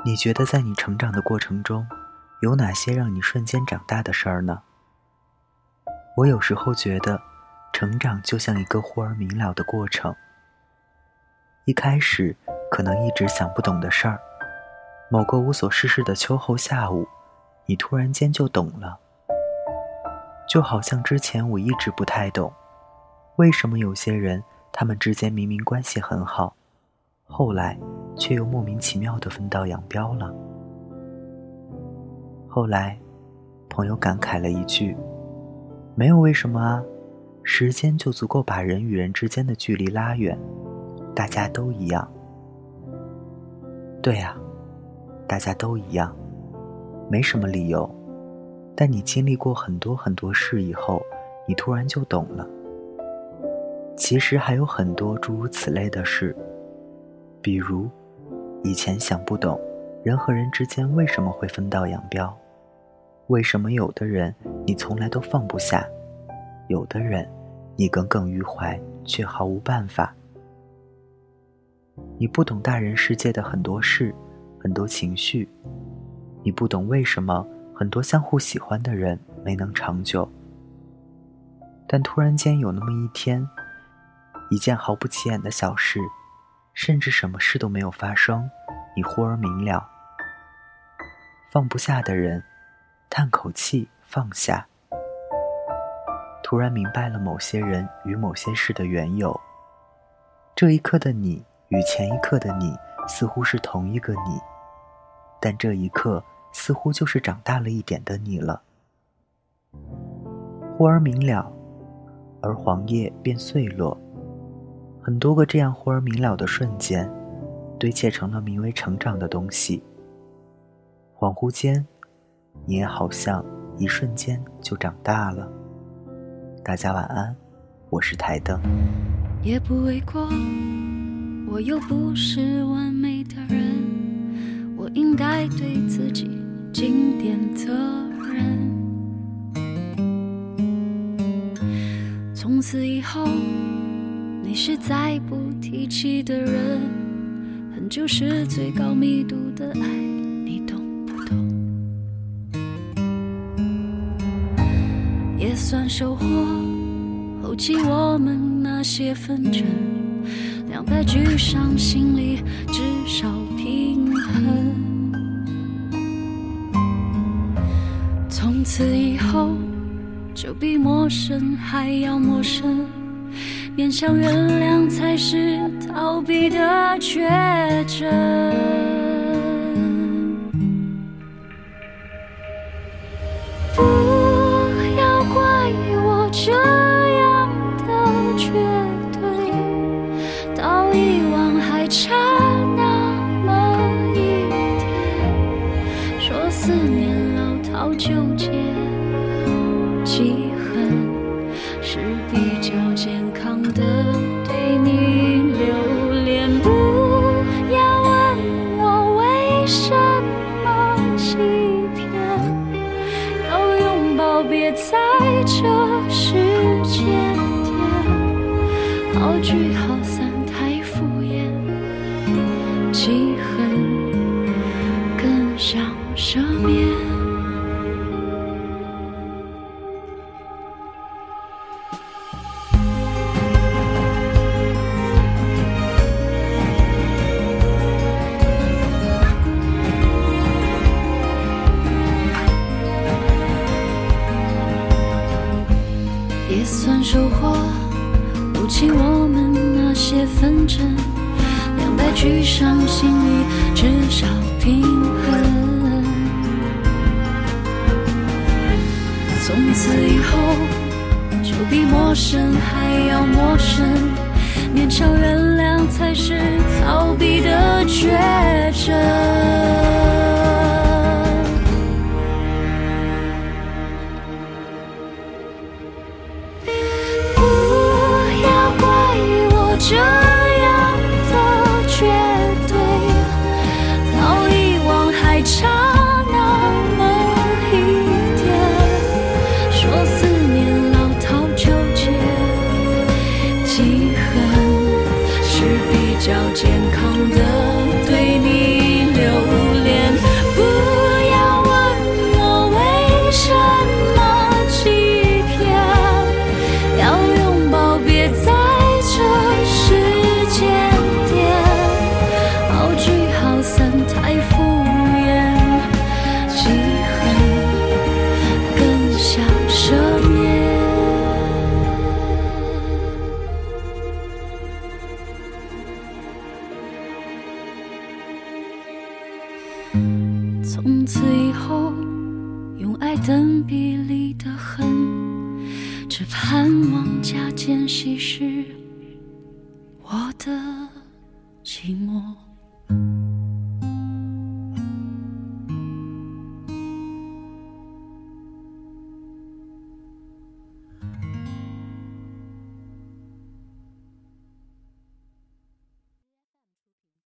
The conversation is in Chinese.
你觉得在你成长的过程中，有哪些让你瞬间长大的事儿呢？我有时候觉得，成长就像一个忽而明了的过程。一开始可能一直想不懂的事儿，某个无所事事的秋后下午，你突然间就懂了。就好像之前我一直不太懂，为什么有些人他们之间明明关系很好，后来却又莫名其妙地分道扬镳了。后来朋友感慨了一句，没有为什么啊，时间就足够把人与人之间的距离拉远，大家都一样。对啊，大家都一样，没什么理由，但你经历过很多很多事以后，你突然就懂了。其实还有很多诸如此类的事，比如以前想不懂人和人之间为什么会分道扬镳，为什么有的人你从来都放不下，有的人你耿耿于怀却毫无办法。你不懂大人世界的很多事，很多情绪，你不懂为什么很多相互喜欢的人没能长久。但突然间有那么一天，一件毫不起眼的小事，甚至什么事都没有发生，你忽而明了。放不下的人，叹口气放下，突然明白了某些人与某些事的缘由。这一刻的你与前一刻的你似乎是同一个你，但这一刻似乎就是长大了一点的你了。忽而明了，而黄叶便碎落，很多个这样忽而明了的瞬间，堆砌成了名为成长的东西。恍惚间，你也好像一瞬间就长大了。大家晚安，我是台灯。 也不为过，我又不是完美的人，我应该对自己尽点责任。从此以后，你是再不提起的人，恨就是最高密度的爱，你懂不懂？也算收获，后期我们那些纷争，两败俱伤，心里至少平衡。从此以后，就比陌生还要陌生，勉强原谅才是逃避的抉择。不要怪我这样的绝对，到遗忘还差那么一点，说思念老套纠结，记恨是比较健康的对你留恋。不要问我为什么欺骗，要拥抱别在这时间点，好聚好散太敷衍，记恨更想赦免。也算收获，不起我们那些纷争，两败俱伤，心里至少平衡。从此以后，就比陌生还要陌生，勉强原谅才是逃避的抉择。这样的绝对，到遗忘还差那么一点，说思念老套纠结，记恨是比较健康的对从此以后，用爱等比例的恨，只盼望加减稀释。